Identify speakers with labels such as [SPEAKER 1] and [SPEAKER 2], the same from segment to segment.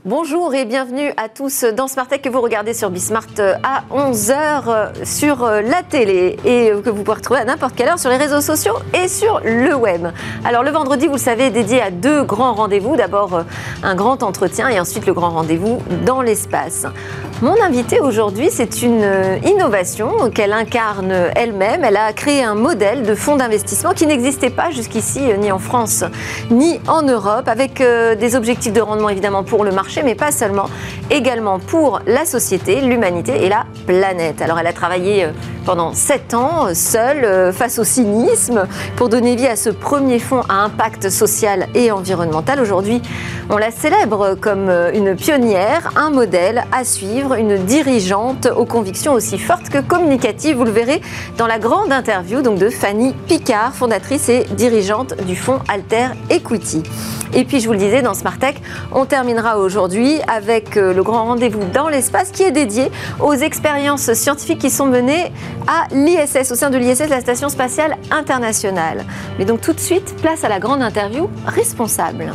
[SPEAKER 1] Bonjour et bienvenue à tous dans Smart Tech que vous regardez sur Bismart à 11h sur la télé et que vous pouvez retrouver à n'importe quelle heure sur les réseaux sociaux et sur le web. Alors le vendredi, vous le savez, est dédié à deux grands rendez-vous. D'abord un grand entretien et ensuite le grand rendez-vous dans l'espace. Mon invitée aujourd'hui, c'est une innovation qu'elle incarne elle-même. Elle a créé un modèle de fonds d'investissement qui n'existait pas jusqu'ici ni en France ni en Europe, avec des objectifs de rendement évidemment pour le marché, mais pas seulement, également pour la société, l'humanité et la planète. Alors elle a travaillé pendant 7 ans, seule, face au cynisme, pour donner vie à ce premier fonds à impact social et environnemental. Aujourd'hui, on la célèbre comme une pionnière, un modèle à suivre, une dirigeante aux convictions aussi fortes que communicatives. Vous le verrez dans la grande interview donc, de Fanny Picard, fondatrice et dirigeante du fonds Alter Equity. Et puis, je vous le disais, dans Smart Tech, on terminera aujourd'hui avec le grand rendez-vous dans l'espace qui est dédié aux expériences scientifiques qui sont menées à l'ISS, au sein de l'ISS, la Station Spatiale Internationale. Mais donc tout de suite, place à la grande interview responsable.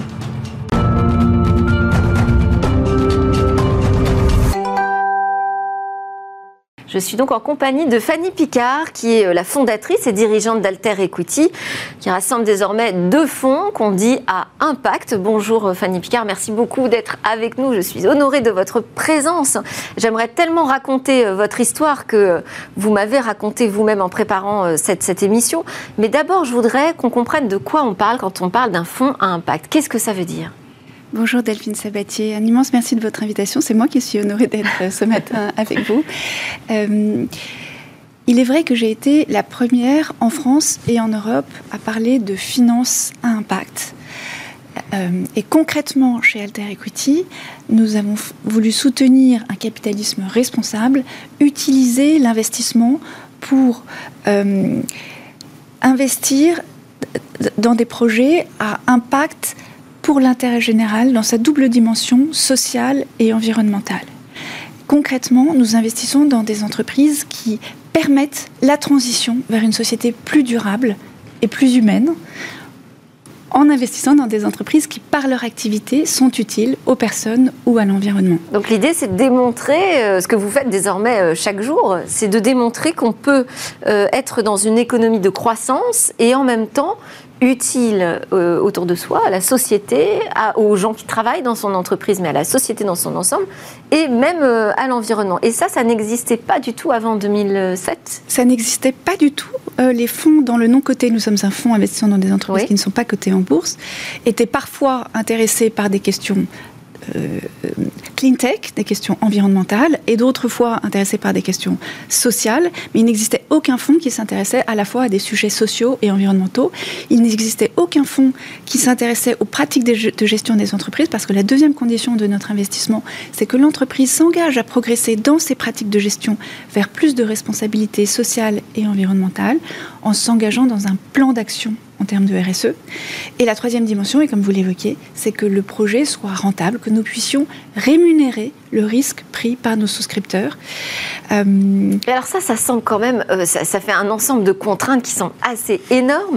[SPEAKER 1] Je suis donc en compagnie de Fanny Picard, qui est la fondatrice et dirigeante d'Alter Equity, qui rassemble désormais 2 fonds qu'on dit à impact. Bonjour Fanny Picard, merci beaucoup d'être avec nous. Je suis honorée de votre présence. J'aimerais tellement raconter votre histoire que vous m'avez raconté vous-même en préparant cette émission. Mais d'abord, je voudrais qu'on comprenne de quoi on parle quand on parle d'un fonds à impact. Qu'est-ce que ça veut dire ?
[SPEAKER 2] Bonjour Delphine Sabatier, un immense merci de votre invitation. C'est moi qui suis honorée d'être ce matin avec vous. Il est vrai que j'ai été la première en France et en Europe à parler de finance à impact. Et concrètement, chez Alter Equity, nous avons voulu soutenir un capitalisme responsable, utiliser l'investissement pour investir dans des projets à impact pour l'intérêt général dans sa double dimension sociale et environnementale. Concrètement, nous investissons dans des entreprises qui permettent la transition vers une société plus durable et plus humaine, en investissant dans des entreprises qui, par leur activité, sont utiles aux personnes ou à l'environnement.
[SPEAKER 1] Donc l'idée, c'est de démontrer, ce que vous faites désormais chaque jour, c'est de démontrer qu'on peut être dans une économie de croissance et en même temps utile autour de soi, à la société, aux gens qui travaillent dans son entreprise, mais à la société dans son ensemble, et même à l'environnement. Et ça n'existait pas du tout avant 2007 ?
[SPEAKER 2] Ça n'existait pas du tout. Les fonds dans le non coté, nous sommes un fonds investissant dans des entreprises qui ne sont pas cotées en bourse, étaient parfois intéressés par des questions clean tech, des questions environnementales, et d'autres fois intéressés par des questions sociales, mais il n'existait aucun fonds qui s'intéressait à la fois à des sujets sociaux et environnementaux. Il n'existait aucun fonds qui s'intéressait aux pratiques de gestion des entreprises, parce que la deuxième condition de notre investissement, c'est que l'entreprise s'engage à progresser dans ses pratiques de gestion vers plus de responsabilité sociale et environnementale, en s'engageant dans un plan d'action en termes de RSE. Et la troisième dimension, et comme vous l'évoquez, c'est que le projet soit rentable, que nous puissions rémunérer le risque pris par nos souscripteurs.
[SPEAKER 1] Alors ça semble quand même, ça fait un ensemble de contraintes qui sont assez énormes.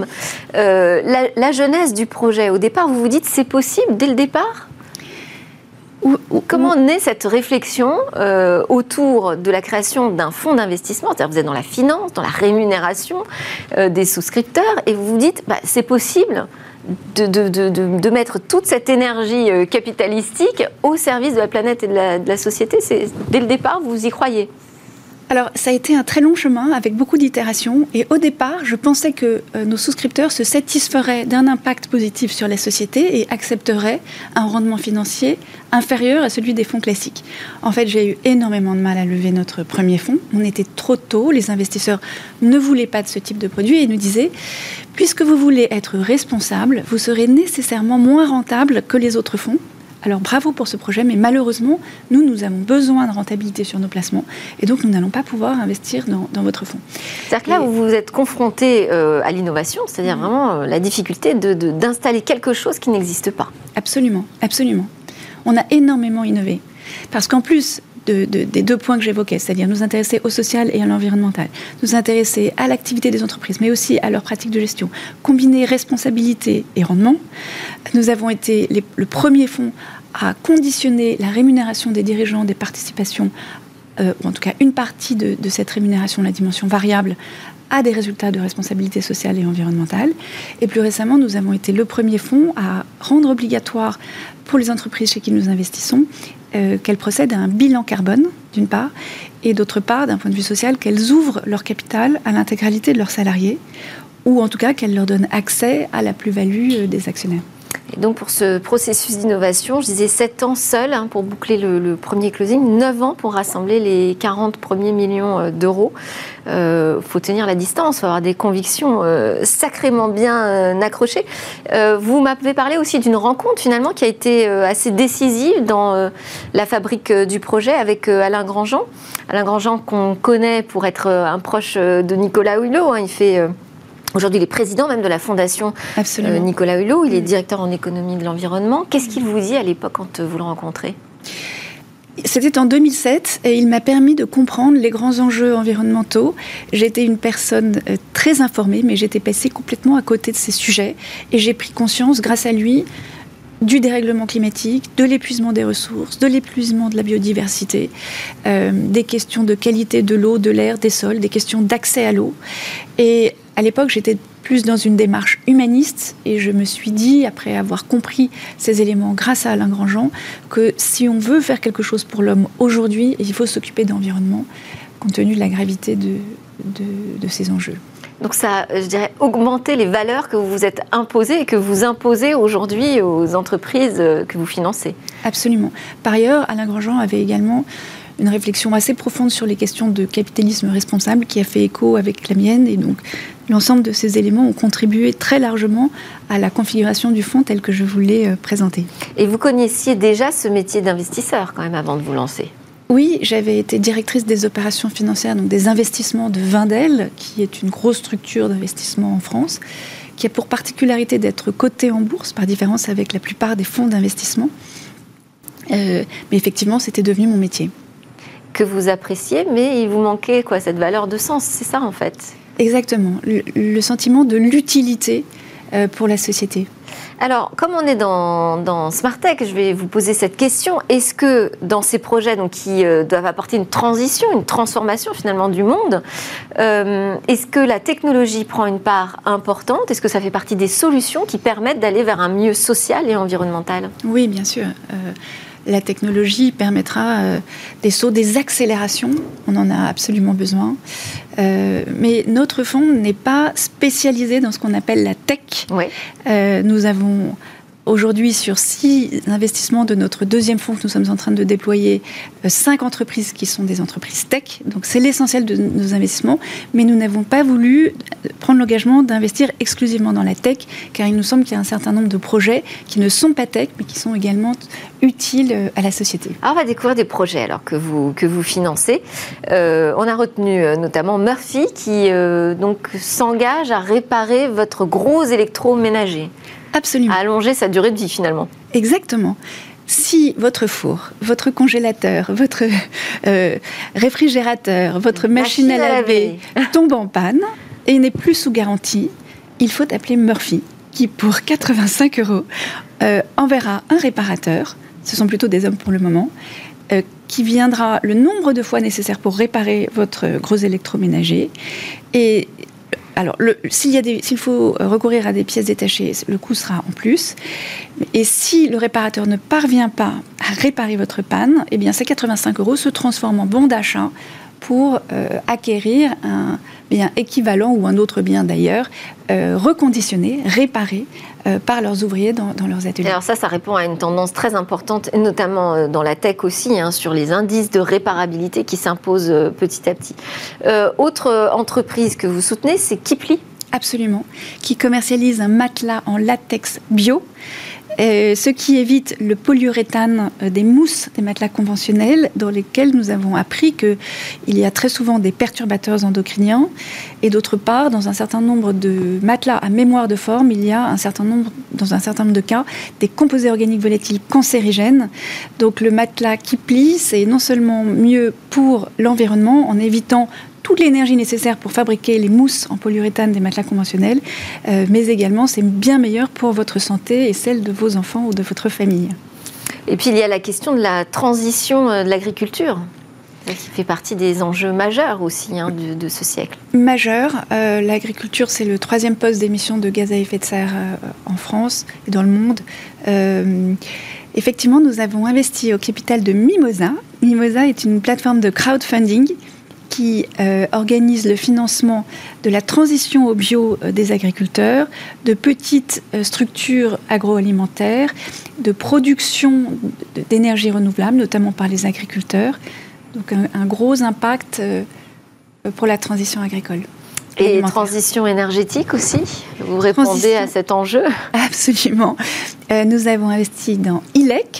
[SPEAKER 1] La genèse du projet, au départ, vous vous dites c'est possible dès le départ ? Comment naît cette réflexion autour de la création d'un fonds d'investissement ? C'est-à-dire vous êtes dans la finance, dans la rémunération des souscripteurs, et vous vous dites c'est possible de mettre toute cette énergie capitalistique au service de la planète et de la société. Dès le départ, vous y croyez ?
[SPEAKER 2] Alors, ça a été un très long chemin avec beaucoup d'itérations. Et au départ, je pensais que nos souscripteurs se satisferaient d'un impact positif sur la société et accepteraient un rendement financier inférieur à celui des fonds classiques. En fait, j'ai eu énormément de mal à lever notre premier fonds. On était trop tôt. Les investisseurs ne voulaient pas de ce type de produit et nous disaient « Puisque vous voulez être responsable, vous serez nécessairement moins rentable que les autres fonds. Alors bravo pour ce projet, mais malheureusement, nous avons besoin de rentabilité sur nos placements et donc nous n'allons pas pouvoir investir dans votre fonds. »
[SPEAKER 1] C'est-à-dire que là, vous vous êtes confronté à l'innovation, c'est-à-dire vraiment la difficulté d'installer quelque chose qui n'existe pas.
[SPEAKER 2] Absolument, absolument. On a énormément innové. Parce qu'en plus des 2 points que j'évoquais, c'est-à-dire nous intéresser au social et à l'environnemental, nous intéresser à l'activité des entreprises, mais aussi à leurs pratiques de gestion, combiner responsabilité et rendement. Nous avons été le premier fonds à conditionner la rémunération des dirigeants des participations, ou en tout cas une partie de cette rémunération, la dimension variable, à des résultats de responsabilité sociale et environnementale. Et plus récemment, nous avons été le premier fonds à rendre obligatoire pour les entreprises chez qui nous investissons qu'elles procèdent à un bilan carbone, d'une part, et d'autre part, d'un point de vue social, qu'elles ouvrent leur capital à l'intégralité de leurs salariés, ou en tout cas qu'elles leur donnent accès à la plus-value des actionnaires.
[SPEAKER 1] Et donc pour ce processus d'innovation, je disais 7 ans seul pour boucler le premier closing, 9 ans pour rassembler les 40 premiers millions d'euros. Faut tenir la distance, faut avoir des convictions sacrément bien accrochées. Vous m'avez parlé aussi d'une rencontre finalement qui a été assez décisive dans la fabrique du projet avec Alain Grandjean. Alain Grandjean qu'on connaît pour être un proche de Nicolas Hulot. Il fait... Aujourd'hui, il est président même de la fondation Nicolas Hulot. Il est directeur en économie de l'environnement. Qu'est-ce qu'il vous dit à l'époque quand vous le rencontrez ?
[SPEAKER 2] C'était en 2007 et il m'a permis de comprendre les grands enjeux environnementaux. J'étais une personne très informée, mais j'étais passée complètement à côté de ces sujets. Et j'ai pris conscience, grâce à lui, du dérèglement climatique, de l'épuisement des ressources, de l'épuisement de la biodiversité, des questions de qualité de l'eau, de l'air, des sols, des questions d'accès à l'eau. Et à l'époque, j'étais plus dans une démarche humaniste et je me suis dit, après avoir compris ces éléments grâce à Alain Grandjean, que si on veut faire quelque chose pour l'homme aujourd'hui, il faut s'occuper de l'environnement, compte tenu de la gravité de ces enjeux.
[SPEAKER 1] Donc ça a, je dirais, augmenté les valeurs que vous vous êtes imposées et que vous imposez aujourd'hui aux entreprises que vous financez. Absolument.
[SPEAKER 2] Par ailleurs, Alain Grandjean avait également une réflexion assez profonde sur les questions de capitalisme responsable qui a fait écho avec la mienne. Et donc, l'ensemble de ces éléments ont contribué très largement à la configuration du fonds tel que je vous l'ai présenté.
[SPEAKER 1] Et vous connaissiez déjà ce métier d'investisseur quand même avant de vous lancer ?
[SPEAKER 2] Oui, j'avais été directrice des opérations financières, donc des investissements de Wendel, qui est une grosse structure d'investissement en France, qui a pour particularité d'être cotée en bourse, par différence avec la plupart des fonds d'investissement. Mais effectivement, c'était devenu mon métier.
[SPEAKER 1] Que vous appréciez, mais il vous manquait quoi, cette valeur de sens, c'est ça en fait ?
[SPEAKER 2] Exactement, le sentiment de l'utilité pour la société.
[SPEAKER 1] Alors, comme on est dans Smartech, je vais vous poser cette question. Est-ce que dans ces projets donc, qui doivent apporter une transition, une transformation finalement du monde, est-ce que la technologie prend une part importante ? Est-ce que ça fait partie des solutions qui permettent d'aller vers un mieux social et environnemental ?
[SPEAKER 2] Oui, bien sûr. La technologie permettra des sauts, des accélérations. On en a absolument besoin. Mais notre fonds n'est pas spécialisé dans ce qu'on appelle la tech.
[SPEAKER 1] Oui.
[SPEAKER 2] Nous avons aujourd'hui, sur 6 investissements de notre deuxième fonds que nous sommes en train de déployer, 5 entreprises qui sont des entreprises tech. Donc c'est l'essentiel de nos investissements. Mais nous n'avons pas voulu prendre l'engagement d'investir exclusivement dans la tech, car il nous semble qu'il y a un certain nombre de projets qui ne sont pas tech, mais qui sont également utiles à la société.
[SPEAKER 1] Alors on va découvrir des projets alors, que vous financez. On a retenu notamment Murphy qui donc s'engage à réparer votre gros électroménager.
[SPEAKER 2] Absolument.
[SPEAKER 1] À allonger sa durée de vie finalement.
[SPEAKER 2] Exactement. Si votre four, votre congélateur, votre réfrigérateur, votre machine à laver tombe en panne et n'est plus sous garantie, il faut appeler Murphy qui, pour 85 €, enverra un réparateur, ce sont plutôt des hommes pour le moment, qui viendra le nombre de fois nécessaire pour réparer votre gros électroménager. Et alors, s'il faut recourir à des pièces détachées, le coût sera en plus. Et si le réparateur ne parvient pas à réparer votre panne, eh bien, ces 85 € se transforment en bon d'achat pour acquérir un bien équivalent ou un autre bien d'ailleurs, reconditionné, réparé par leurs ouvriers dans leurs ateliers.
[SPEAKER 1] Alors ça répond à une tendance très importante, et notamment dans la tech aussi, sur les indices de réparabilité qui s'imposent petit à petit. Autre entreprise que vous soutenez, c'est Keeply.
[SPEAKER 2] Absolument, qui commercialise un matelas en latex bio, ce qui évite le polyuréthane des mousses des matelas conventionnels, dans lesquels nous avons appris qu'il y a très souvent des perturbateurs endocriniens, et d'autre part, dans un certain nombre de matelas à mémoire de forme, il y a dans un certain nombre de cas, des composés organiques volatiles cancérigènes. Donc le matelas Keeply, c'est non seulement mieux pour l'environnement, en évitant toute l'énergie nécessaire pour fabriquer les mousses en polyuréthane des matelas conventionnels, mais également c'est bien meilleur pour votre santé et celle de vos enfants ou de votre famille.
[SPEAKER 1] Et puis il y a la question de la transition de l'agriculture, qui fait partie des enjeux majeurs aussi de ce siècle.
[SPEAKER 2] Majeur. L'agriculture, c'est le 3e poste d'émissions de gaz à effet de serre en France et dans le monde. Effectivement, nous avons investi au capital de Mimosa. Mimosa est une plateforme de crowdfunding qui organise le financement de la transition au bio des agriculteurs, de petites structures agroalimentaires, de production d'énergie renouvelable, notamment par les agriculteurs. Donc un gros impact pour la transition agricole.
[SPEAKER 1] Et transition énergétique aussi. Vous répondez à cet enjeu?
[SPEAKER 2] Absolument. Nous avons investi dans ILEC,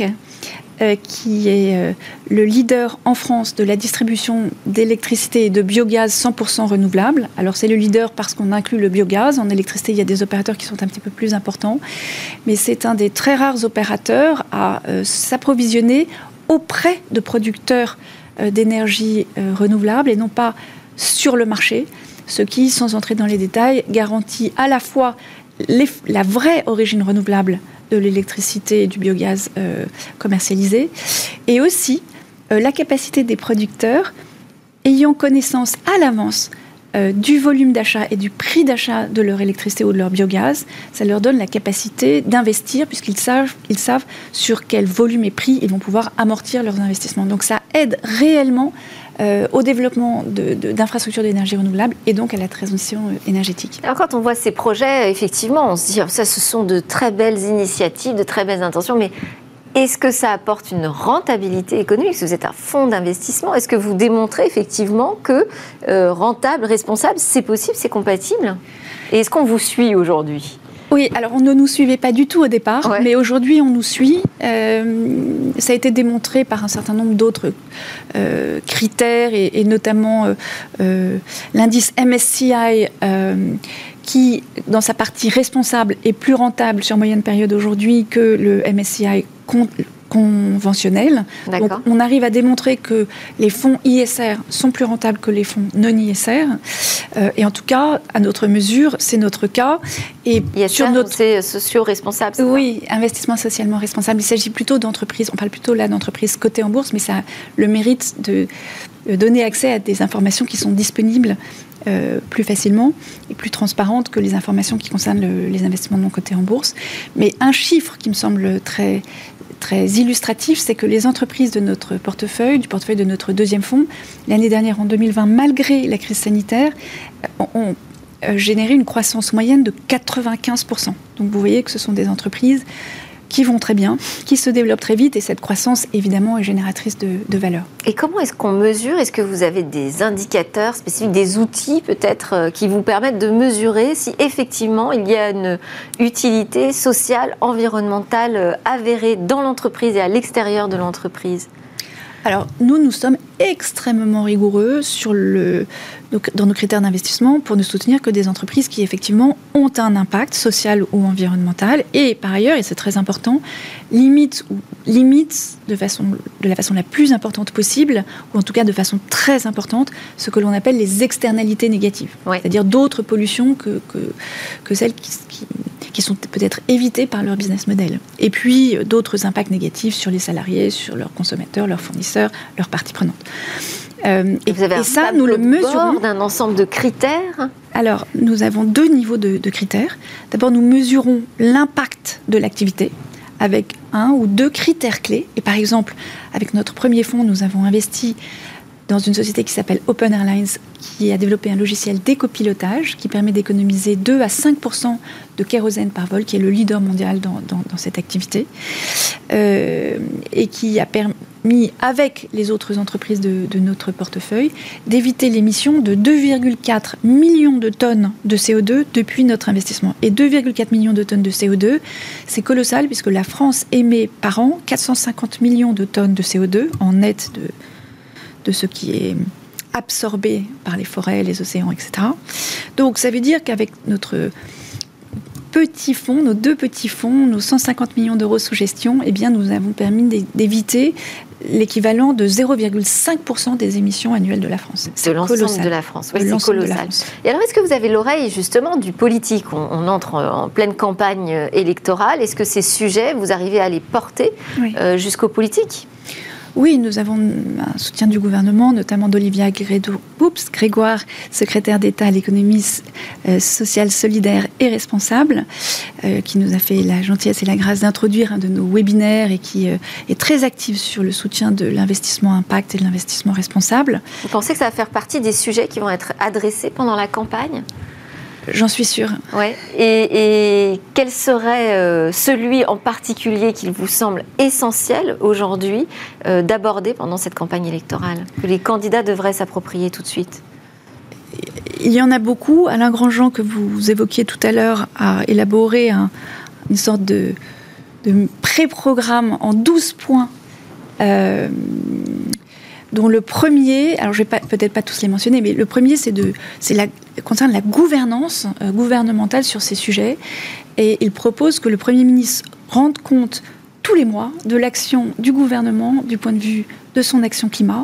[SPEAKER 2] qui est le leader en France de la distribution d'électricité et de biogaz 100% renouvelable. Alors c'est le leader parce qu'on inclut le biogaz. En électricité, il y a des opérateurs qui sont un petit peu plus importants. Mais c'est un des très rares opérateurs à s'approvisionner auprès de producteurs d'énergie renouvelable et non pas sur le marché, ce qui, sans entrer dans les détails, garantit à la fois la vraie origine renouvelable de l'électricité et du biogaz commercialisé, et aussi la capacité des producteurs, ayant connaissance à l'avance du volume d'achat et du prix d'achat de leur électricité ou de leur biogaz, ça leur donne la capacité d'investir puisqu'ils savent sur quel volume et prix ils vont pouvoir amortir leurs investissements. Donc ça aide réellement au développement d'infrastructures d'énergie renouvelable et donc à la transition énergétique.
[SPEAKER 1] Alors quand on voit ces projets, effectivement, on se dit ça, ce sont de très belles initiatives, de très belles intentions, mais est-ce que ça apporte une rentabilité économique? Est-ce que vous êtes un fonds d'investissement? Est-ce que vous démontrez effectivement que rentable, responsable, c'est possible, c'est compatible? Et est-ce qu'on vous suit aujourd'hui?
[SPEAKER 2] Oui, alors on ne nous suivait pas du tout au départ, mais aujourd'hui on nous suit. Ça a été démontré par un certain nombre d'autres critères et notamment l'indice MSCI qui, dans sa partie responsable, est plus rentable sur moyenne période aujourd'hui que le MSCI conventionnel. Donc, on arrive à démontrer que les fonds ISR sont plus rentables que les fonds non ISR. Et en tout cas, à notre mesure, c'est notre cas.
[SPEAKER 1] Et ISR, c'est socio-responsable.
[SPEAKER 2] Oui, investissement socialement responsable. Il s'agit plutôt d'entreprises, on parle plutôt là d'entreprises cotées en bourse, mais ça a le mérite de donner accès à des informations qui sont disponibles plus facilement et plus transparentes que les informations qui concernent les investissements non cotés en bourse. Mais un chiffre qui me semble très illustratif, c'est que les entreprises de notre portefeuille, du portefeuille de notre deuxième fonds, l'année dernière, en 2020, malgré la crise sanitaire, ont généré une croissance moyenne de 95%. Donc vous voyez que ce sont des entreprises qui vont très bien, qui se développent très vite, et cette croissance, évidemment, est génératrice de valeur.
[SPEAKER 1] Et comment est-ce qu'on mesure? Est-ce que vous avez des indicateurs spécifiques, des outils peut-être qui vous permettent de mesurer si effectivement il y a une utilité sociale, environnementale avérée dans l'entreprise et à l'extérieur de l'entreprise?
[SPEAKER 2] Alors, nous sommes extrêmement rigoureux dans nos critères d'investissement pour ne soutenir que des entreprises qui, effectivement, ont un impact social ou environnemental. Et par ailleurs, et c'est très important, limitent de la façon la plus importante possible, ou en tout cas de façon très importante, ce que l'on appelle les externalités négatives. Oui. C'est-à-dire d'autres pollutions que celles qui sont peut-être évitées par leur business model. Et puis, d'autres impacts négatifs sur les salariés, sur leurs consommateurs, leurs fournisseurs, leurs parties prenantes.
[SPEAKER 1] Vous avez ça, nous le mesurons d'un ensemble de critères.
[SPEAKER 2] Alors, nous avons 2 niveaux de critères. D'abord, nous mesurons l'impact de l'activité avec 1 ou 2 critères clés. Et par exemple, avec notre premier fonds, nous avons investi dans une société qui s'appelle Open Airlines, qui a développé un logiciel d'écopilotage qui permet d'économiser 2 à 5% de kérosène par vol, qui est le leader mondial dans cette activité, et qui a permis, avec les autres entreprises de notre portefeuille, d'éviter l'émission de 2,4 millions de tonnes de CO2 depuis notre investissement. Et 2,4 millions de tonnes de CO2, c'est colossal, puisque la France émet par an 450 millions de tonnes de CO2 en net de ce qui est absorbé par les forêts, les océans, etc. Donc ça veut dire qu'avec notre petits fonds, nos 2 petits fonds, nos 150 millions d'euros sous gestion, eh bien, nous avons permis d'éviter l'équivalent de 0,5% des émissions annuelles de la France.
[SPEAKER 1] C'est l'ensemble de la France. Oui, c'est colossal. Et alors, est-ce que vous avez l'oreille justement du politique ? On entre en pleine campagne électorale. Est-ce que ces sujets, vous arrivez à les porter jusqu'aux politiques ?
[SPEAKER 2] Oui, nous avons un soutien du gouvernement, notamment d'Olivia Grégoire, secrétaire d'État à l'économie sociale, solidaire et responsable, qui nous a fait la gentillesse et la grâce d'introduire un de nos webinaires et qui est très active sur le soutien de l'investissement impact et de l'investissement responsable.
[SPEAKER 1] Vous pensez que ça va faire partie des sujets qui vont être adressés pendant la campagne ?
[SPEAKER 2] J'en suis sûre.
[SPEAKER 1] Ouais. Et quel serait celui en particulier qu'il vous semble essentiel aujourd'hui d'aborder pendant cette campagne électorale, que les candidats devraient s'approprier tout de suite ?
[SPEAKER 2] Il y en a beaucoup. Alain Grandjean, que vous évoquiez tout à l'heure, a élaboré une sorte de pré-programme en 12 points dont le premier, alors je ne vais peut-être pas tous les mentionner, mais le premier concerne la gouvernance gouvernementale sur ces sujets. Et il propose que le Premier ministre rende compte tous les mois de l'action du gouvernement du point de vue de son action climat.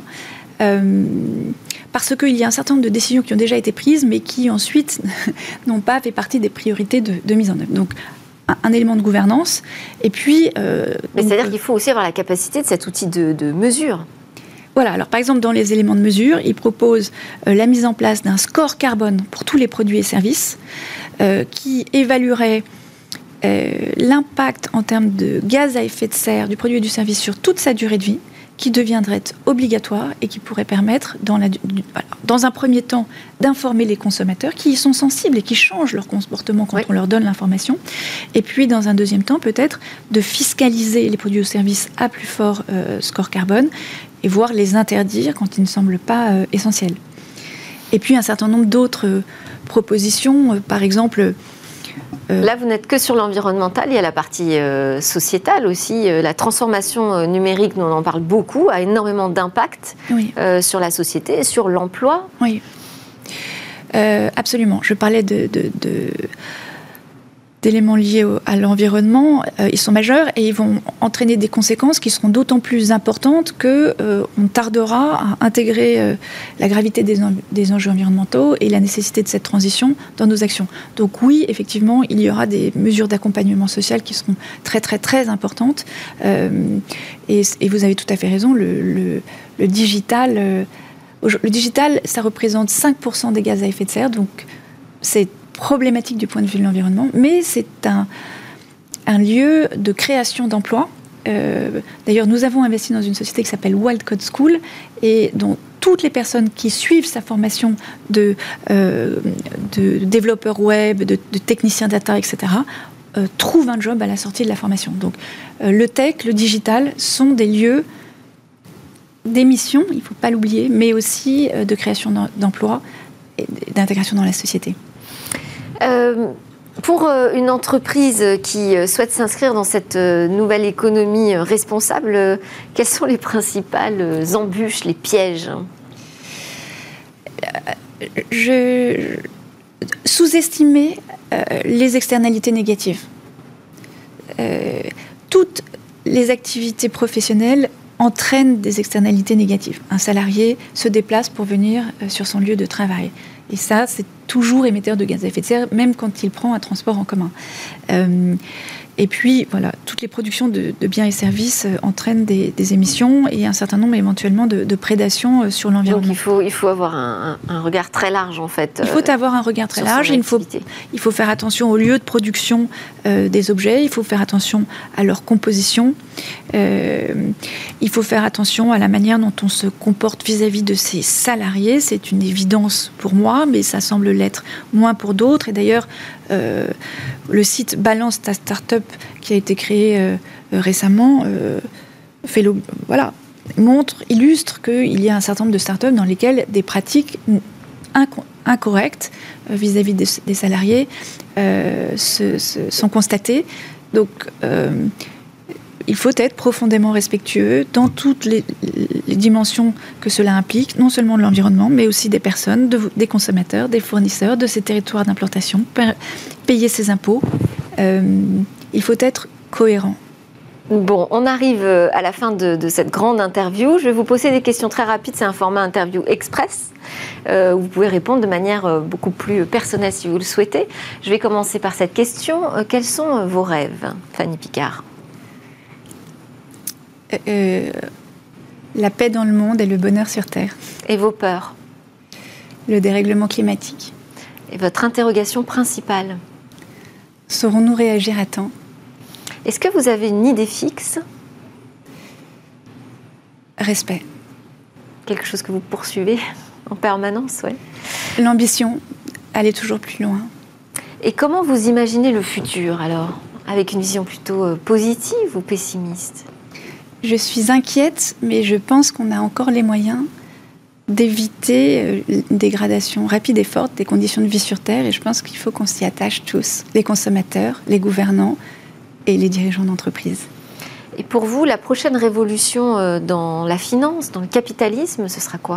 [SPEAKER 2] Parce qu'il y a un certain nombre de décisions qui ont déjà été prises, mais qui ensuite n'ont pas fait partie des priorités de mise en œuvre. Donc, un élément de gouvernance. Et puis...
[SPEAKER 1] mais c'est-à-dire qu'il faut aussi avoir la capacité de cet outil de mesure.
[SPEAKER 2] Voilà, alors par exemple, dans les éléments de mesure, il propose la mise en place d'un score carbone pour tous les produits et services qui évaluerait l'impact en termes de gaz à effet de serre du produit et du service sur toute sa durée de vie, qui deviendrait obligatoire et qui pourrait permettre, dans un premier temps, d'informer les consommateurs qui y sont sensibles et qui changent leur comportement quand on leur donne l'information. Et puis, dans un deuxième temps, peut-être, de fiscaliser les produits ou services à plus fort score carbone et voire les interdire quand ils ne semblent pas essentiels. Et puis, un certain nombre d'autres propositions, par exemple...
[SPEAKER 1] Là, vous n'êtes que sur l'environnemental, il y a la partie sociétale aussi. La transformation numérique, nous on en parle beaucoup, a énormément d'impact sur la société et sur l'emploi.
[SPEAKER 2] Oui, absolument. Je parlais d'éléments liés à l'environnement, ils sont majeurs et ils vont entraîner des conséquences qui seront d'autant plus importantes qu'on tardera à intégrer la gravité des enjeux environnementaux et la nécessité de cette transition dans nos actions. Donc oui, effectivement, il y aura des mesures d'accompagnement social qui seront très très très importantes et vous avez tout à fait raison, le digital, ça représente 5% des gaz à effet de serre, donc c'est problématique du point de vue de l'environnement, mais c'est un lieu de création d'emplois. D'ailleurs, nous avons investi dans une société qui s'appelle Wild Code School et dont toutes les personnes qui suivent sa formation de développeurs web, de techniciens data, etc., trouvent un job à la sortie de la formation. Donc, le tech, le digital sont des lieux d'émission, il ne faut pas l'oublier, mais aussi de création d'emplois et d'intégration dans la société.
[SPEAKER 1] Pour une entreprise qui souhaite s'inscrire dans cette nouvelle économie responsable, quelles sont les principales embûches, les pièges ?
[SPEAKER 2] Sous-estimer les externalités négatives. Toutes les activités professionnelles entraînent des externalités négatives. Un salarié se déplace pour venir sur son lieu de travail. Et ça, c'est toujours émetteur de gaz à effet de serre, même quand il prend un transport en commun. Et puis, voilà, toutes les productions de biens et services entraînent des émissions et un certain nombre éventuellement de prédations sur l'environnement.
[SPEAKER 1] Donc il faut avoir un regard très large, en fait.
[SPEAKER 2] Il faut avoir un regard très large. Il faut faire attention au lieu de production des objets. Il faut faire attention à leur composition. Il faut faire attention à la manière dont on se comporte vis-à-vis de ses salariés. C'est une évidence pour moi, mais ça semble l'être moins pour d'autres. Et d'ailleurs, le site Balance ta Startup, qui a été créé récemment, illustre qu'il y a un certain nombre de startups dans lesquelles des pratiques incorrectes vis-à-vis des salariés sont constatées. Donc, il faut être profondément respectueux dans toutes les dimensions que cela implique, non seulement de l'environnement, mais aussi des personnes, des consommateurs, des fournisseurs, de ces territoires d'implantation, payer ses impôts Il faut être cohérent.
[SPEAKER 1] Bon, on arrive à la fin de cette grande interview. Je vais vous poser des questions très rapides. C'est un format interview express où vous pouvez répondre de manière beaucoup plus personnelle si vous le souhaitez. Je vais commencer par cette question. Quels sont vos rêves, Fanny Picard ?
[SPEAKER 2] La paix dans le monde et le bonheur sur Terre.
[SPEAKER 1] Et vos peurs ?
[SPEAKER 2] Le dérèglement climatique.
[SPEAKER 1] Et votre interrogation principale ?
[SPEAKER 2] Saurons-nous réagir à temps ?
[SPEAKER 1] Est-ce que vous avez une idée fixe ?
[SPEAKER 2] Respect.
[SPEAKER 1] Quelque chose que vous poursuivez en permanence, oui.
[SPEAKER 2] L'ambition, aller toujours plus loin.
[SPEAKER 1] Et comment vous imaginez le futur, alors ? Avec une vision plutôt positive ou pessimiste ?
[SPEAKER 2] Je suis inquiète, mais je pense qu'on a encore les moyens d'éviter une dégradation rapide et forte des conditions de vie sur Terre. Et je pense qu'il faut qu'on s'y attache tous, les consommateurs, les gouvernants, et les dirigeants d'entreprise.
[SPEAKER 1] Et pour vous, la prochaine révolution dans la finance, dans le capitalisme, ce sera quoi ?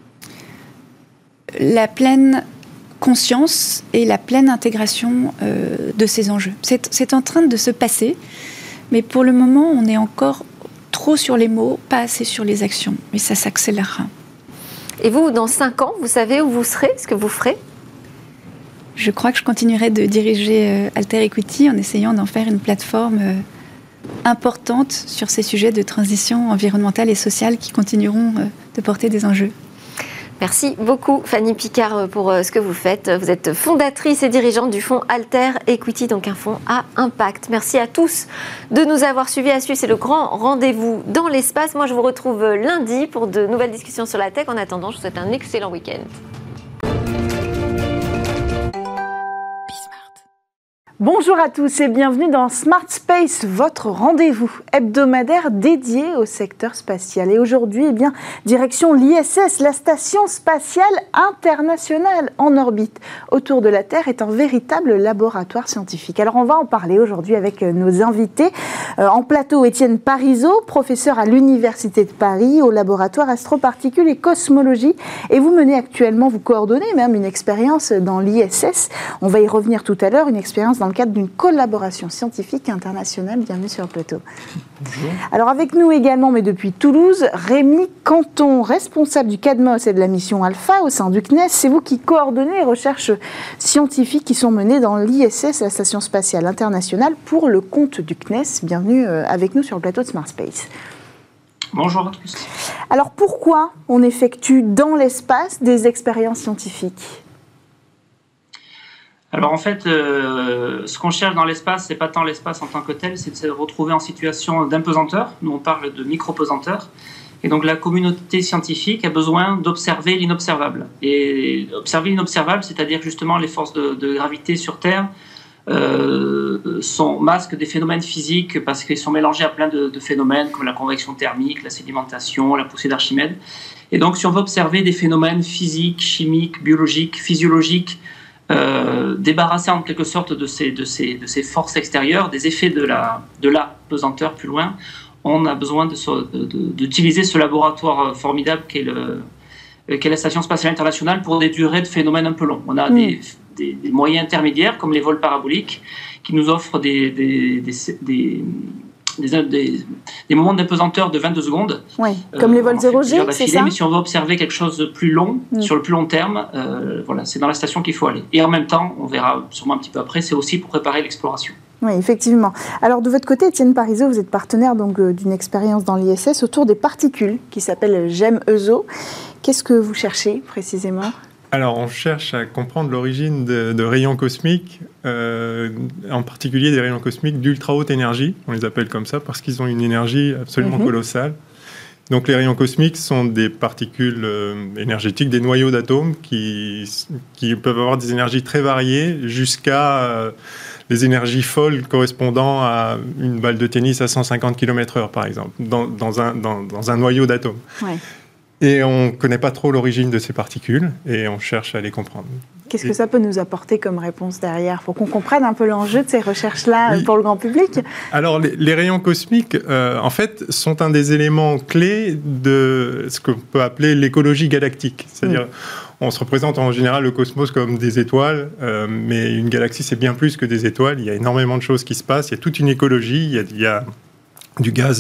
[SPEAKER 2] La pleine conscience et la pleine intégration de ces enjeux. C'est en train de se passer, mais pour le moment, on est encore trop sur les mots, pas assez sur les actions. Mais ça s'accélérera.
[SPEAKER 1] Et vous, dans 5 ans, vous savez où vous serez, ce que vous ferez ?
[SPEAKER 2] Je crois que je continuerai de diriger Alter Equity en essayant d'en faire une plateforme importante sur ces sujets de transition environnementale et sociale qui continueront de porter des enjeux.
[SPEAKER 1] Merci beaucoup Fanny Picard pour ce que vous faites. Vous êtes fondatrice et dirigeante du fonds Alter Equity, donc un fonds à impact. Merci à tous de nous avoir suivis. À suivre, c'est le grand rendez-vous dans l'espace. Moi, je vous retrouve lundi pour de nouvelles discussions sur la tech. En attendant, je vous souhaite un excellent week-end.
[SPEAKER 3] Bonjour à tous et bienvenue dans Smart Space, votre rendez-vous hebdomadaire dédié au secteur spatial. Et aujourd'hui, direction l'ISS, la Station Spatiale Internationale en orbite autour de la Terre est un véritable laboratoire scientifique. Alors on va en parler aujourd'hui avec nos invités. En plateau, Étienne Parizeau, professeur à l'Université de Paris au laboratoire Astroparticules et Cosmologie. Et vous menez actuellement, vous coordonnez même une expérience dans l'ISS. On va y revenir tout à l'heure, une expérience dans le cadre d'une collaboration scientifique internationale. Bienvenue sur le plateau. Bonjour. Alors avec nous également, mais depuis Toulouse, Rémi Canton, responsable du CADMOS et de la mission Alpha au sein du CNES. C'est vous qui coordonnez les recherches scientifiques qui sont menées dans l'ISS, la Station Spatiale Internationale, pour le compte du CNES. Bienvenue avec nous sur le plateau de Smart Space.
[SPEAKER 4] Bonjour à tous.
[SPEAKER 3] Alors pourquoi on effectue dans l'espace des expériences scientifiques ?
[SPEAKER 4] Alors en fait, ce qu'on cherche dans l'espace, c'est pas tant l'espace en tant que tel, c'est de se retrouver en situation d'impesanteur. Nous, on parle de micro-pesanteur. Et donc la communauté scientifique a besoin d'observer l'inobservable. Et observer l'inobservable, c'est-à-dire justement les forces de gravité sur Terre, masquent des phénomènes physiques parce qu'ils sont mélangés à plein de phénomènes comme la convection thermique, la sédimentation, la poussée d'Archimède. Et donc si on veut observer des phénomènes physiques, chimiques, biologiques, physiologiques, débarrasser en quelque sorte de ces forces extérieures, des effets de la pesanteur plus loin, on a besoin d'utiliser ce laboratoire formidable qu'est la Station Spatiale Internationale pour des durées de phénomènes un peu longs. On a des moyens intermédiaires comme les vols paraboliques qui nous offrent des moments d'apesanteur de 22 secondes.
[SPEAKER 3] Oui, comme les vols 0G, c'est ça ?
[SPEAKER 4] Mais si on veut observer quelque chose de plus long, sur le plus long terme, c'est dans la station qu'il faut aller. Et en même temps, on verra sûrement un petit peu après, c'est aussi pour préparer l'exploration.
[SPEAKER 3] Oui, effectivement. Alors de votre côté, Étienne Parizeau, vous êtes partenaire donc, d'une expérience dans l'ISS autour des particules qui s'appelle GEM-EUSO. Qu'est-ce que vous cherchez précisément ?
[SPEAKER 5] Alors, on cherche à comprendre l'origine de rayons cosmiques, en particulier des rayons cosmiques d'ultra haute énergie. On les appelle comme ça parce qu'ils ont une énergie absolument colossale. Donc, les rayons cosmiques sont des particules énergétiques, des noyaux d'atomes qui peuvent avoir des énergies très variées jusqu'à des énergies folles correspondant à une balle de tennis à 150 km/h, par exemple, dans un noyau d'atomes. Ouais. Et on ne connaît pas trop l'origine de ces particules et on cherche à les comprendre.
[SPEAKER 3] Qu'est-ce que ça peut nous apporter comme réponse derrière pour qu'on comprenne un peu l'enjeu de ces recherches-là pour le grand public ?
[SPEAKER 5] Alors, les rayons cosmiques, en fait, sont un des éléments clés de ce qu'on peut appeler l'écologie galactique. C'est-à-dire, on se représente en général le cosmos comme des étoiles, mais une galaxie, c'est bien plus que des étoiles. Il y a énormément de choses qui se passent. Il y a toute une écologie. Il y a du gaz,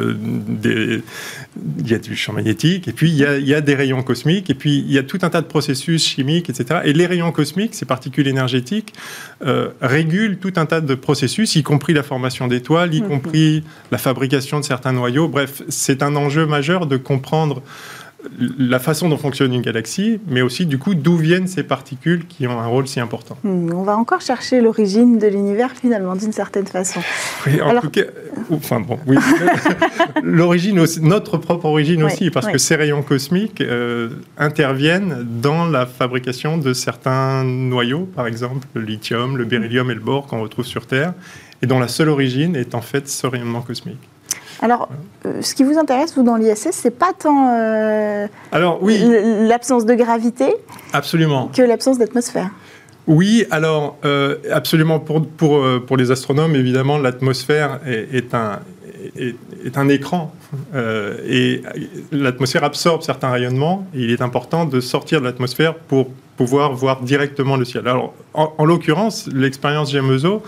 [SPEAKER 5] il y a du champ magnétique, et puis il y a des rayons cosmiques, et puis il y a tout un tas de processus chimiques, etc. Et les rayons cosmiques, ces particules énergétiques, régulent tout un tas de processus, y compris la formation d'étoiles, y compris la fabrication de certains noyaux. Bref, c'est un enjeu majeur de comprendre la façon dont fonctionne une galaxie, mais aussi du coup d'où viennent ces particules qui ont un rôle si important.
[SPEAKER 3] On va encore chercher l'origine de l'univers finalement, d'une certaine façon.
[SPEAKER 5] Oui, tout cas, oui. L'origine aussi, notre propre origine aussi, parce que ces rayons cosmiques interviennent dans la fabrication de certains noyaux, par exemple le lithium, le beryllium et le bore qu'on retrouve sur Terre, et dont la seule origine est en fait ce rayonnement cosmique.
[SPEAKER 3] Alors, ce qui vous intéresse, vous, dans l'ISS, c'est pas tant l'absence de gravité que l'absence d'atmosphère.
[SPEAKER 5] Oui, alors, absolument. Pour les astronomes, évidemment, l'atmosphère est un écran. Et l'atmosphère absorbe certains rayonnements. Et il est important de sortir de l'atmosphère pour pouvoir voir directement le ciel. Alors, en l'occurrence, l'expérience GEMEUSO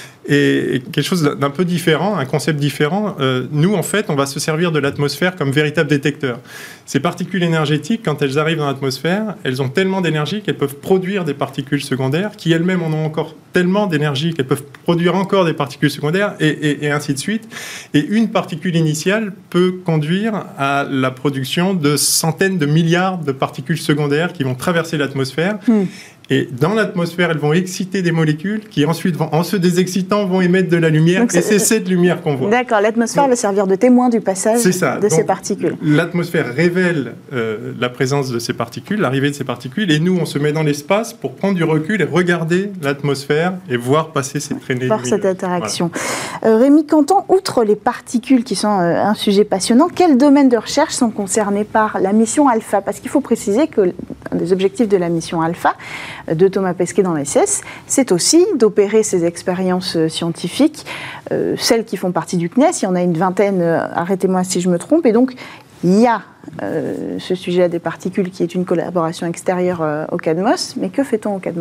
[SPEAKER 5] et quelque chose d'un peu différent, un concept différent. Nous, en fait, on va se servir de l'atmosphère comme véritable détecteur. Ces particules énergétiques, quand elles arrivent dans l'atmosphère, elles ont tellement d'énergie qu'elles peuvent produire des particules secondaires, qui elles-mêmes en ont encore tellement d'énergie qu'elles peuvent produire encore des particules secondaires, et ainsi de suite. Et une particule initiale peut conduire à la production de centaines de milliards de particules secondaires qui vont traverser l'atmosphère. Et dans l'atmosphère, elles vont exciter des molécules qui ensuite, en se désexcitant, vont émettre de la lumière. Donc, et c'est cette lumière qu'on voit.
[SPEAKER 3] D'accord, l'atmosphère va servir de témoin du passage de ces particules.
[SPEAKER 5] L'atmosphère révèle la présence de ces particules, l'arrivée de ces particules, et nous, on se met dans l'espace pour prendre du recul et regarder l'atmosphère et voir passer ces traînées lumineuses.
[SPEAKER 3] Cette interaction. Voilà. Rémi Cantan, outre les particules qui sont un sujet passionnant, quels domaines de recherche sont concernés par la mission Alpha ? Parce qu'il faut préciser que l'un des objectifs de la mission Alpha, de Thomas Pesquet dans l'ISS, c'est aussi d'opérer ces expériences scientifiques, celles qui font partie du CNES. Il y en a une vingtaine, arrêtez-moi si je me trompe, et donc il y a ce sujet des particules qui est une collaboration extérieure au CADMOS. Mais que fait-on au CADMOS ?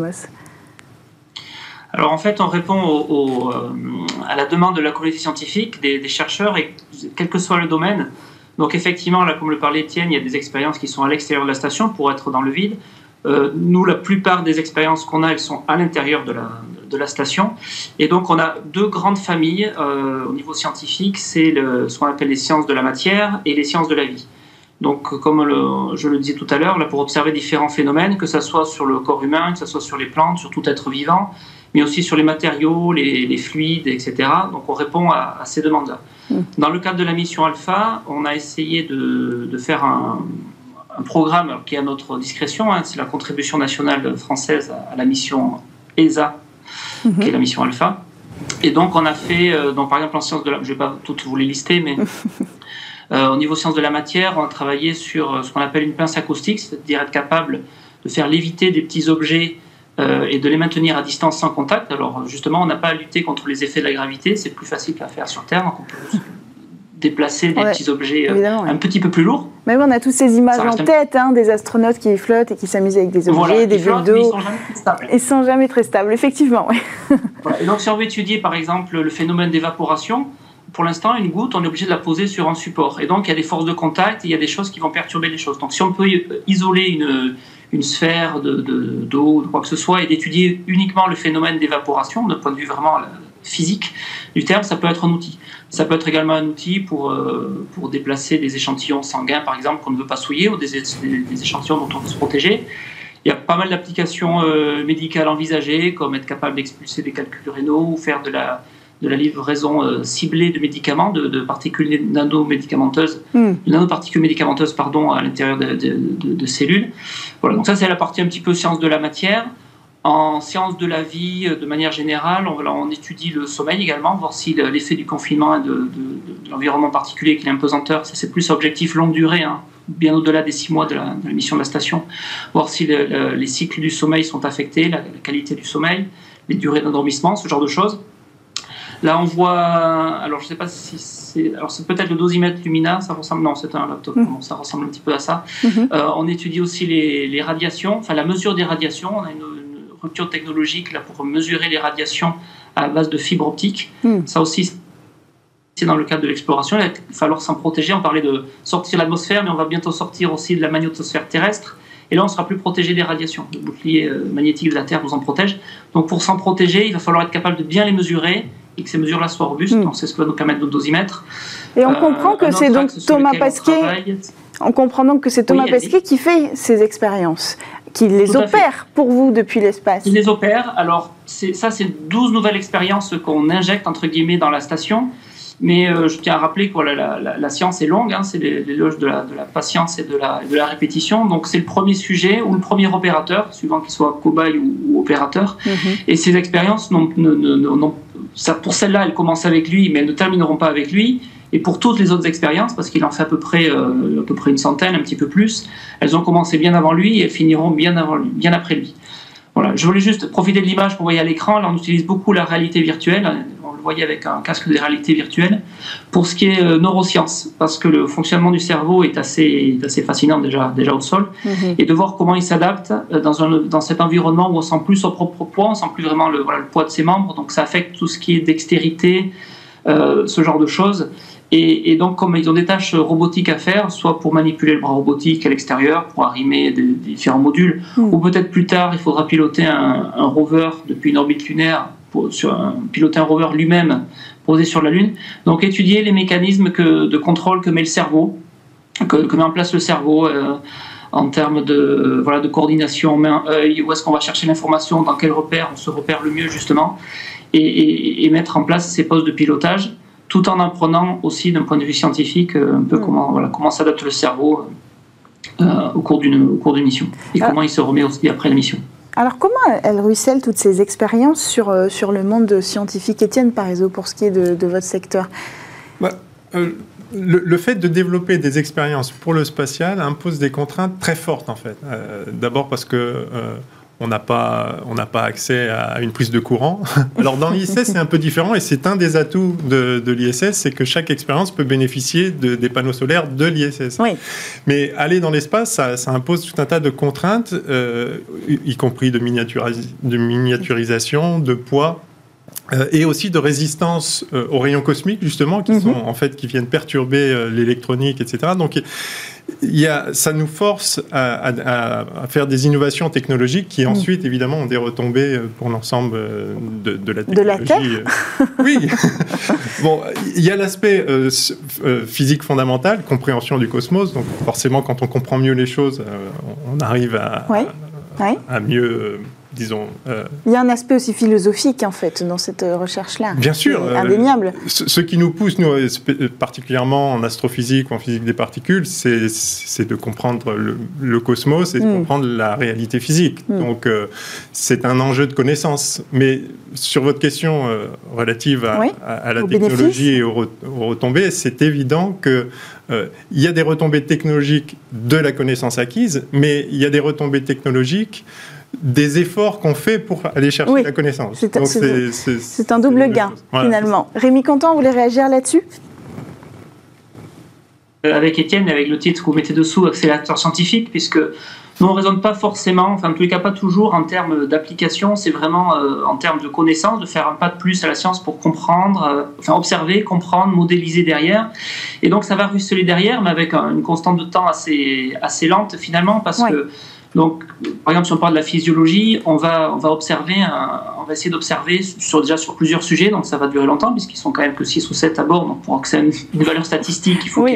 [SPEAKER 4] Alors en fait, on répond à la demande de la communauté scientifique, des chercheurs, et quel que soit le domaine. Donc effectivement, là, comme le parlait Étienne, il y a des expériences qui sont à l'extérieur de la station pour être dans le vide. Nous, la plupart des expériences qu'on a, elles sont à l'intérieur de la station. Et donc, on a deux grandes familles au niveau scientifique. C'est ce qu'on appelle les sciences de la matière et les sciences de la vie. Donc, comme je le disais tout à l'heure, là, pour observer différents phénomènes, que ce soit sur le corps humain, que ce soit sur les plantes, sur tout être vivant, mais aussi sur les matériaux, les fluides, etc. Donc, on répond à ces demandes-là. Dans le cadre de la mission Alpha, on a essayé de faire un programme qui est à notre discrétion, c'est la contribution nationale française à la mission ESA, qui est la mission Alpha. Et donc, on a fait, par exemple, en sciences de la... Je ne vais pas toutes vous les lister, mais au niveau sciences de la matière, on a travaillé sur ce qu'on appelle une pince acoustique, c'est-à-dire être capable de faire léviter des petits objets et de les maintenir à distance sans contact. Alors, justement, on n'a pas à lutter contre les effets de la gravité, c'est plus facile qu'à faire sur Terre, donc on peut déplacer des petits objets un petit peu plus lourds.
[SPEAKER 3] Mais oui, on a toutes ces images en tête, des astronautes qui flottent et qui s'amusent avec des objets, des bulles d'eau.
[SPEAKER 4] Ils sont jamais très stables.
[SPEAKER 3] Ils sont jamais très stables, effectivement.
[SPEAKER 4] Voilà. Et donc, si on veut étudier, par exemple, le phénomène d'évaporation, pour l'instant, une goutte, on est obligé de la poser sur un support. Et donc, il y a des forces de contact et il y a des choses qui vont perturber les choses. Donc, si on peut isoler une sphère d'eau, de quoi que ce soit, et d'étudier uniquement le phénomène d'évaporation, d'un point de vue vraiment physique du terme, ça peut être un outil. Ça peut être également un outil pour déplacer des échantillons sanguins, par exemple, qu'on ne veut pas souiller, ou des échantillons dont on veut se protéger. Il y a pas mal d'applications médicales envisagées, comme être capable d'expulser des calculs rénaux ou faire de la livraison ciblée de médicaments, de particules nanomédicamenteuses, nanoparticules médicamenteuses, à l'intérieur de cellules. Voilà, donc ça, c'est la partie un petit peu sciences de la matière. En sciences de la vie, de manière générale, on étudie le sommeil également, voir si l'effet du confinement et de l'environnement particulier qui est l'impesanteur, ça c'est plus objectif longue durée, bien au-delà des 6 mois de la mission de la station, voir si les cycles du sommeil sont affectés, la qualité du sommeil, les durées d'endormissement, ce genre de choses. Là, on voit, alors je ne sais pas si c'est, alors c'est peut-être le dosimètre Lumina, ça ressemble, non, c'est un laptop, ça ressemble un petit peu à ça. On étudie aussi les radiations, enfin la mesure des radiations. On a une rupture technologique là pour mesurer les radiations à base de fibres optiques. Ça aussi, c'est dans le cadre de l'exploration. Il va falloir s'en protéger. On parlait de sortir de l'atmosphère, mais on va bientôt sortir aussi de la magnétosphère terrestre. Et là, on sera plus protégé des radiations. Le bouclier magnétique de la Terre nous en protège. Donc, pour s'en protéger, il va falloir être capable de bien les mesurer et que ces mesures-là soient robustes. Donc, c'est ce que va nous permettre notre dosimètre.
[SPEAKER 3] Et on comprend que c'est donc Thomas Pasquier. On comprend donc que c'est Thomas Pasquier qui fait ces expériences, qui les opère pour vous depuis l'espace.
[SPEAKER 4] Il les opère. Alors, c'est 12 nouvelles expériences qu'on injecte, entre guillemets, dans la station. Mais je tiens à rappeler que la science est longue, c'est l'éloge de la patience et de la répétition. Donc c'est le premier sujet ou le premier opérateur, suivant qu'il soit cobaye ou opérateur. Et ces expériences, pour celle-là, elles commencent avec lui, mais elles ne termineront pas avec lui. Et pour toutes les autres expériences, parce qu'il en fait à peu près une centaine, un petit peu plus, elles ont commencé bien avant lui et elles finiront bien après lui. Voilà, je voulais juste profiter de l'image qu'on voyait à l'écran. Là, on utilise beaucoup la réalité virtuelle. On le voyait avec un casque de réalité virtuelle. Pour ce qui est neurosciences, parce que le fonctionnement du cerveau est assez fascinant déjà au sol. Et de voir comment il s'adapte dans cet environnement où on sent plus son propre poids, on sent plus vraiment le poids de ses membres. Donc ça affecte tout ce qui est dextérité, ce genre de choses. Et donc, comme ils ont des tâches robotiques à faire, soit pour manipuler le bras robotique à l'extérieur, pour arrimer des différents modules, ou peut-être plus tard, il faudra piloter un rover depuis une orbite lunaire, piloter un rover lui-même posé sur la Lune. Donc, étudier les mécanismes de contrôle que met le cerveau, que met en place le cerveau en termes de coordination main-œil, où est-ce qu'on va chercher l'information, dans quel repère on se repère le mieux, justement, et mettre en place ces postes de pilotage, tout en apprenant aussi d'un point de vue scientifique un peu comment s'adapte le cerveau au cours d'une mission et comment il se remet aussi après la mission.
[SPEAKER 3] Alors comment elles ruissellent toutes ces expériences sur le monde scientifique, Étienne Parizeau, pour ce qui est de votre secteur?
[SPEAKER 5] Le fait de développer des expériences pour le spatial impose des contraintes très fortes en fait. D'abord parce que on n'a pas accès à une prise de courant. Alors dans l'ISS, c'est un peu différent et c'est un des atouts de l'ISS, c'est que chaque expérience peut bénéficier des panneaux solaires de l'ISS. Oui. Mais aller dans l'espace, ça impose tout un tas de contraintes, y compris de miniaturisation, de poids. Et aussi de résistance aux rayons cosmiques, justement, qui viennent perturber l'électronique, etc. Donc, ça nous force à faire des innovations technologiques qui, ensuite, évidemment, ont des retombées pour l'ensemble de la technologie.
[SPEAKER 3] De la Terre.
[SPEAKER 5] Oui. Bon, il y a l'aspect physique fondamental, compréhension du cosmos. Donc, forcément, quand on comprend mieux les choses, on arrive à mieux... disons...
[SPEAKER 3] Il y a un aspect aussi philosophique, en fait, dans cette recherche-là.
[SPEAKER 5] Bien sûr.
[SPEAKER 3] Indéniable.
[SPEAKER 5] Ce qui nous pousse, nous, particulièrement en astrophysique ou en physique des particules, c'est de comprendre le cosmos et de comprendre la réalité physique. Donc, c'est un enjeu de connaissance. Mais sur votre question relative à la technologie et aux retombées, c'est évident que il y a des retombées technologiques de la connaissance acquise, mais il y a des retombées technologiques des efforts qu'on fait pour aller chercher la connaissance.
[SPEAKER 3] C'est un double gain, finalement. Rémi Canton, vous voulez réagir là-dessus ?
[SPEAKER 4] Avec Étienne, avec le titre que vous mettez dessous, accélérateur scientifique, puisque nous, on ne raisonne pas forcément, enfin, en tous les cas, pas toujours en termes d'application, c'est vraiment en termes de connaissance, de faire un pas de plus à la science pour comprendre, observer, comprendre, modéliser derrière. Et donc, ça va ruisseler derrière, mais avec une constante de temps assez lente, finalement, parce que donc, par exemple, si on parle de la physiologie, on va essayer d'observer sur plusieurs sujets, donc ça va durer longtemps, puisqu'ils sont quand même que 6 ou 7 à bord, donc pour accéder à une valeur statistique, il faut qu'il y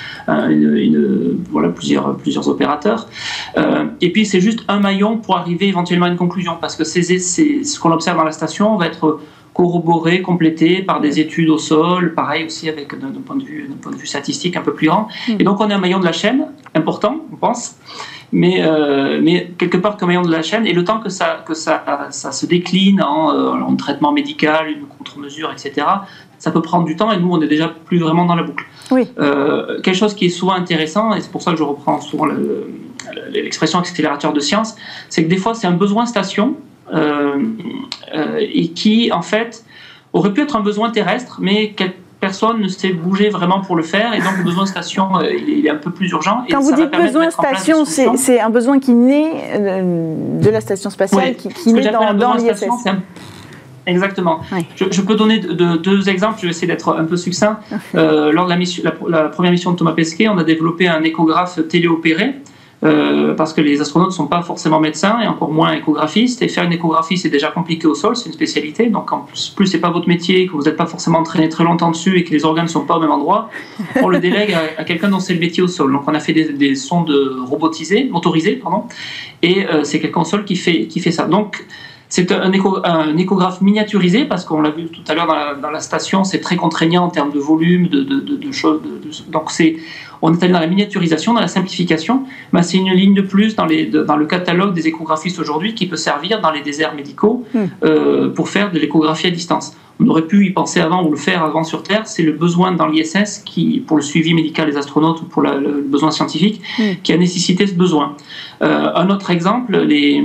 [SPEAKER 4] ait plusieurs opérateurs. Et puis, c'est juste un maillon pour arriver éventuellement à une conclusion, parce que ce qu'on observe dans la station va être corroboré, complété par des études au sol, pareil aussi avec d'un point de vue statistique un peu plus grand. Et donc, on est un maillon de la chaîne, important, on pense, mais quelque part comme maillon de la chaîne, et le temps que ça se décline en traitement médical, une contre-mesure, etc., ça peut prendre du temps, et nous, on n'est déjà plus vraiment dans la boucle. Quelque chose qui est souvent intéressant, et c'est pour ça que je reprends souvent l'expression accélérateur de science, c'est que des fois, c'est un besoin station, et qui, en fait, aurait pu être un besoin terrestre, mais personne ne s'est bougé vraiment pour le faire, et donc le besoin de station, il est un peu plus urgent.
[SPEAKER 3] Quand vous dites besoin de station, c'est un besoin qui naît de la station spatiale, qui naît dans l'ISS.
[SPEAKER 4] Exactement. Oui. Je peux donner deux exemples, je vais essayer d'être un peu succinct. Lors de la première mission de Thomas Pesquet, on a développé un échographe téléopéré, parce que les astronautes ne sont pas forcément médecins et encore moins échographistes, et faire une échographie c'est déjà compliqué au sol, c'est une spécialité, donc en plus c'est pas votre métier, que vous n'êtes pas forcément entraîné très longtemps dessus et que les organes ne sont pas au même endroit, on le délègue à quelqu'un dont c'est le métier au sol. Donc on a fait des sondes motorisées, et c'est quelqu'un au sol qui fait ça. Donc c'est un échographe miniaturisé, parce qu'on l'a vu tout à l'heure dans la station, c'est très contraignant en termes de volume, de choses. Donc on est allé dans la miniaturisation, dans la simplification. Ben, c'est une ligne de plus dans le catalogue des échographistes aujourd'hui qui peut servir dans les déserts médicaux pour faire de l'échographie à distance. On aurait pu y penser avant ou le faire avant sur Terre. C'est le besoin dans l'ISS, pour le suivi médical des astronautes ou pour le besoin scientifique, qui a nécessité ce besoin. Un autre exemple,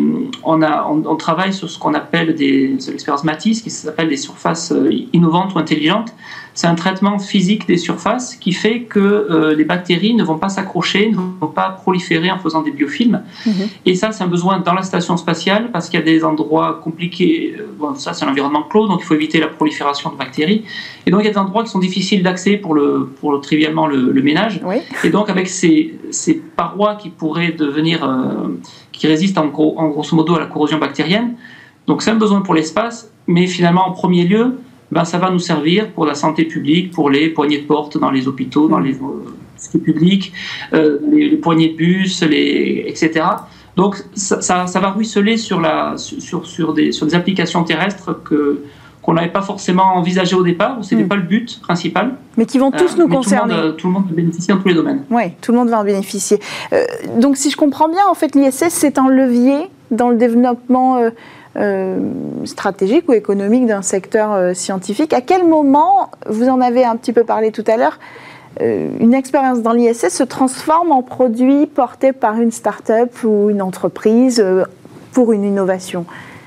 [SPEAKER 4] on travaille sur ce qu'on appelle l'expérience Matisse, qui s'appelle des surfaces innovantes ou intelligentes. C'est un traitement physique des surfaces qui fait que les bactéries ne vont pas s'accrocher, ne vont pas proliférer en faisant des biofilms. Et ça, c'est un besoin dans la station spatiale, parce qu'il y a des endroits compliqués. Ça, c'est un environnement clos, donc il faut éviter la prolifération de bactéries. Et donc, il y a des endroits qui sont difficiles d'accès pour trivialement le ménage. Oui. Et donc, avec ces parois qui pourraient qui résistent en grosso modo à la corrosion bactérienne, donc c'est un besoin pour l'espace, mais finalement, en premier lieu, ça va nous servir pour la santé publique, pour les poignées de porte dans les hôpitaux, dans les sites publics, les poignées de bus, etc. Donc ça va ruisseler sur des applications terrestres qu'on n'avait pas forcément envisagées au départ, où ce n'était pas le but principal.
[SPEAKER 3] Mais qui vont tous nous concerner.
[SPEAKER 4] Tout le monde va bénéficier dans tous les domaines.
[SPEAKER 3] Oui, tout le monde va en bénéficier. Donc si je comprends bien, en fait, l'ISS, c'est un levier dans le développement stratégique ou économique d'un secteur scientifique. À quel moment, vous en avez un petit peu parlé tout à l'heure, une expérience dans l'ISS se transforme en produit porté par une start-up ou une entreprise pour une innovation?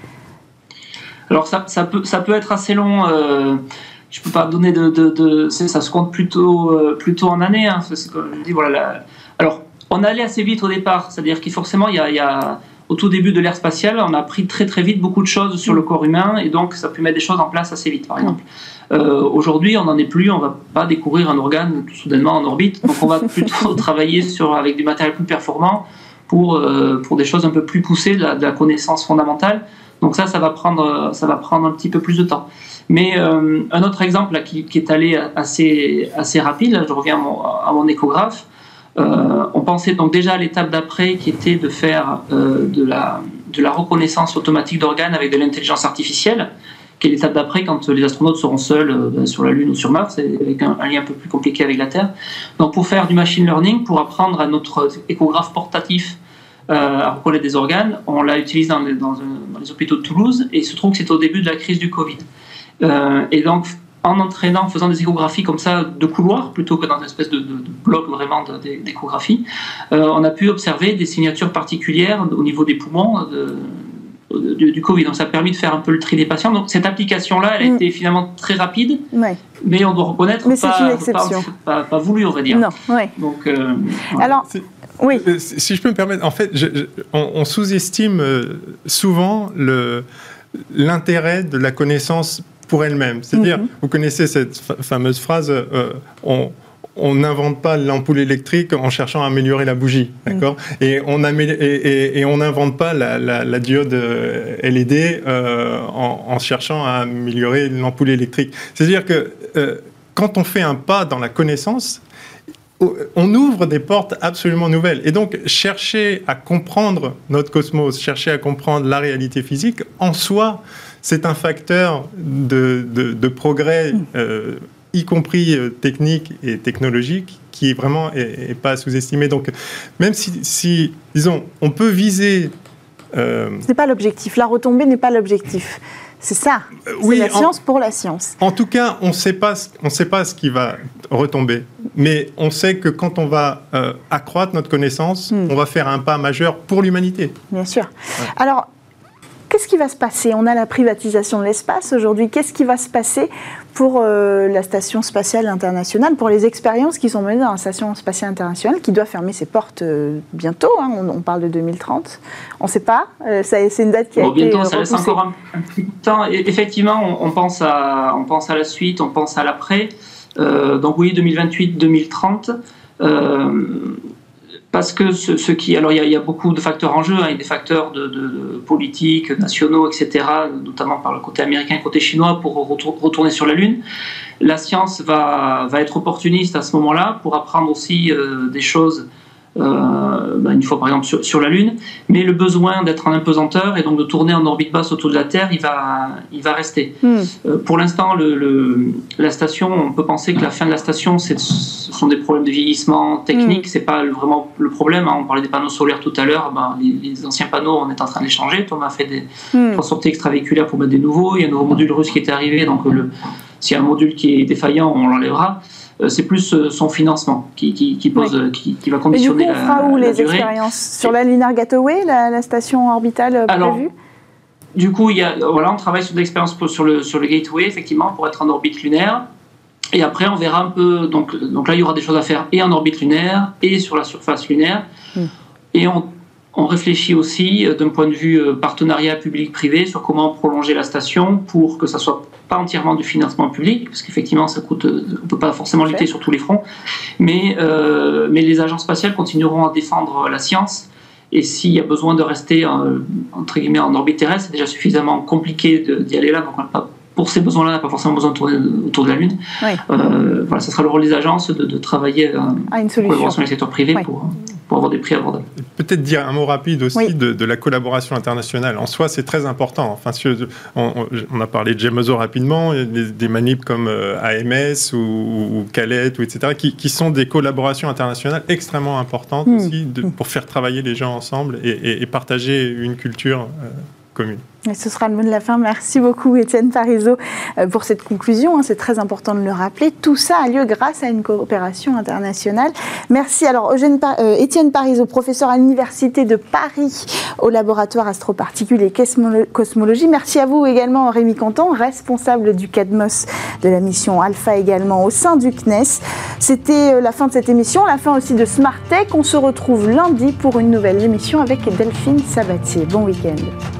[SPEAKER 4] Alors ça peut être assez long. Je ne peux pas donner ça se compte plutôt en années. Hein, c'est ce que je dis, voilà. Alors on allait assez vite au départ, c'est-à-dire qu'il forcément il y a au tout début de l'ère spatiale, on a appris très très vite beaucoup de choses sur le corps humain, et donc ça peut mettre des choses en place assez vite, par exemple. Aujourd'hui, on n'en est plus, on ne va pas découvrir un organe tout soudainement en orbite, donc on va plutôt travailler avec du matériel plus performant pour des choses un peu plus poussées, de la connaissance fondamentale. Donc ça va prendre un petit peu plus de temps. Mais un autre exemple là, qui est allé assez rapide, là, je reviens à mon échographe. On pensait donc déjà à l'étape d'après, qui était de faire de la reconnaissance automatique d'organes avec de l'intelligence artificielle, qui est l'étape d'après quand les astronautes seront seuls sur la Lune ou sur Mars, avec un lien un peu plus compliqué avec la Terre. Donc pour faire du machine learning, pour apprendre à notre échographe portatif à reconnaître des organes, on l'a utilisé dans les hôpitaux de Toulouse, et il se trouve que c'était au début de la crise du Covid. Et donc en faisant des échographies comme ça de couloir, plutôt que dans une espèce de bloc vraiment d'échographie, on a pu observer des signatures particulières au niveau des poumons du Covid. Donc ça a permis de faire un peu le tri des patients. Donc cette application-là, elle a été finalement très rapide, mais on doit reconnaître pas voulu, on va dire.
[SPEAKER 3] Non,
[SPEAKER 4] Donc,
[SPEAKER 3] alors, oui.
[SPEAKER 5] Si je peux me permettre, en fait, on sous-estime souvent l'intérêt de la connaissance pour elle-même. C'est-à-dire, vous connaissez cette fameuse phrase, on n'invente pas l'ampoule électrique en cherchant à améliorer la bougie, d'accord ? Et on n'invente pas la diode LED en cherchant à améliorer l'ampoule électrique. C'est-à-dire que quand on fait un pas dans la connaissance, on ouvre des portes absolument nouvelles. Et donc, chercher à comprendre notre cosmos, chercher à comprendre la réalité physique, en soi, c'est un facteur de progrès, y compris technique et technologique, qui vraiment est pas à sous-estimer. Donc, même si disons, on peut viser...
[SPEAKER 3] Ce n'est pas l'objectif. La retombée n'est pas l'objectif. C'est ça. C'est la science pour la science.
[SPEAKER 5] En tout cas, on ne sait pas ce qui va retomber. Mais on sait que quand on va accroître notre connaissance, on va faire un pas majeur pour l'humanité.
[SPEAKER 3] Bien sûr. Ouais. Alors, qu'est-ce qui va se passer? On a la privatisation de l'espace aujourd'hui. Qu'est-ce qui va se passer pour la Station spatiale internationale, pour les expériences qui sont menées dans la Station spatiale internationale, qui doit fermer ses portes bientôt, hein, on parle de 2030. On ne sait pas, c'est une date qui a été
[SPEAKER 4] bientôt, ça laisse
[SPEAKER 3] repoussée.
[SPEAKER 4] encore un petit temps. Et effectivement, on pense à la suite, on pense à l'après. Donc oui, 2028-2030. Parce que alors il y a beaucoup de facteurs en jeu, hein, il y a des facteurs de politiques, nationaux, etc., notamment par le côté américain, le côté chinois, pour retourner sur la Lune. La science va être opportuniste à ce moment-là pour apprendre aussi des choses une fois par exemple sur la Lune, mais le besoin d'être en impesanteur et donc de tourner en orbite basse autour de la Terre, il va rester. Pour l'instant, la station, on peut penser que la fin de la station, ce sont des problèmes de vieillissement technique, c'est pas vraiment le problème, hein. On parlait des panneaux solaires tout à l'heure, les anciens panneaux, on est en train de les changer. Thomas a fait des sorties extravéhiculaires pour mettre des nouveaux, il y a un nouveau module russe qui était arrivé, donc s'il y a un module qui est défaillant, on l'enlèvera. C'est plus son financement qui va conditionner la durée.
[SPEAKER 3] Et du coup, on fera où les expériences? Sur la Lunar Gateway, la station orbitale prévue?
[SPEAKER 4] Alors, du coup, on travaille sur des expériences sur le Gateway, effectivement, pour être en orbite lunaire. Et après, on verra un peu. Donc là, il y aura des choses à faire et en orbite lunaire et sur la surface lunaire. Et on réfléchit aussi, d'un point de vue partenariat public-privé, sur comment prolonger la station pour que ça soit pas entièrement du financement public, parce qu'effectivement, ça coûte. On peut pas forcément lutter sur tous les fronts, mais les agences spatiales continueront à défendre la science. Et s'il y a besoin de rester entre guillemets en orbite terrestre, c'est déjà suffisamment compliqué d'y aller là, donc on n'a pas. Pour ces besoins-là, on n'a pas forcément besoin de tourner autour de la Lune. Voilà, ça sera le rôle des agences de travailler
[SPEAKER 3] à une solution.
[SPEAKER 4] En collaboration avec le secteur privé pour avoir des prix abordables.
[SPEAKER 5] Peut-être dire un mot rapide aussi de la collaboration internationale. En soi, c'est très important. Enfin, on a parlé de GEMOSO rapidement, des manips comme AMS ou CALET, etc., qui sont des collaborations internationales extrêmement importantes aussi pour faire travailler les gens ensemble et partager une culture commune.
[SPEAKER 3] Et ce sera le mot de la fin. Merci beaucoup, Étienne Parizeau, pour cette conclusion. C'est très important de le rappeler. Tout ça a lieu grâce à une coopération internationale. Merci. Alors, Étienne Parizeau, professeur à l'Université de Paris au laboratoire astroparticules et cosmologie. Merci à vous également, Rémi Canton, responsable du CADMOS de la mission Alpha également au sein du CNES. C'était la fin de cette émission, la fin aussi de Smart Tech. On se retrouve lundi pour une nouvelle émission avec Delphine Sabatier. Bon week-end.